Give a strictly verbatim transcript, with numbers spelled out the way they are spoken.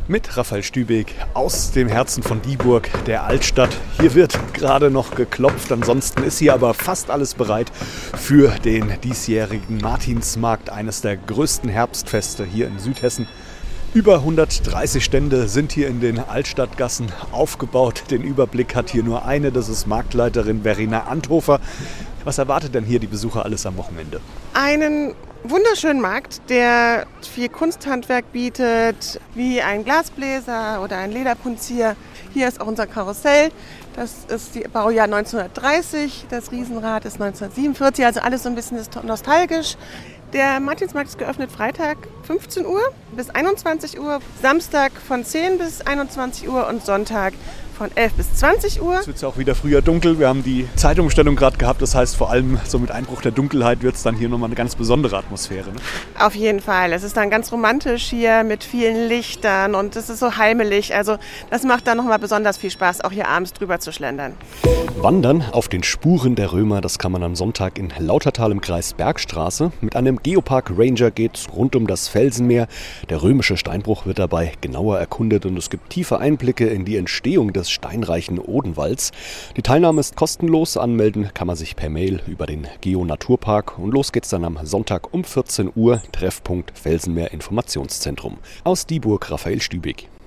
Mit Raphael Stübeck aus dem Herzen von Dieburg, der Altstadt. Hier wird gerade noch geklopft, ansonsten ist hier aber fast alles bereit für den diesjährigen Martinsmarkt, eines der größten Herbstfeste hier in Südhessen. Über hundertdreißig Stände sind hier in den Altstadtgassen aufgebaut. Den Überblick hat hier nur eine, das ist Marktleiterin Verena Anthofer. Was erwartet denn hier die Besucher alles am Wochenende? Einen wunderschönen Markt, der viel Kunsthandwerk bietet, wie ein Glasbläser oder ein Lederpunzier. Hier ist auch unser Karussell. Das ist die Baujahr neunzehnhundertdreißig, das Riesenrad ist neunzehnhundertsiebenundvierzig, also alles so ein bisschen nostalgisch. Der Martinsmarkt ist geöffnet Freitag fünfzehn Uhr bis einundzwanzig Uhr, Samstag von zehn bis einundzwanzig Uhr und Sonntag von elf bis zwanzig Uhr. Es wird ja auch wieder früher dunkel. Wir haben die Zeitumstellung gerade gehabt. Das heißt, vor allem so mit Einbruch der Dunkelheit wird es dann hier nochmal eine ganz besondere Atmosphäre. Ne? Auf jeden Fall. Es ist dann ganz romantisch hier mit vielen Lichtern und es ist so heimelig. Also das macht dann nochmal besonders viel Spaß, auch hier abends drüber zu schlendern. Wandern auf den Spuren der Römer, das kann man am Sonntag in Lautertal im Kreis Bergstraße. Mit einem Geopark Ranger geht's rund um das Felsenmeer. Der römische Steinbruch wird dabei genauer erkundet und es gibt tiefe Einblicke in die Entstehung des steinreichen Odenwalds. Die Teilnahme ist kostenlos, anmelden kann man sich per Mail über den Geo-Naturpark und los geht's dann am Sonntag um vierzehn Uhr, Treffpunkt Felsenmeer Informationszentrum. Aus Dieburg, Raphael Stübeck.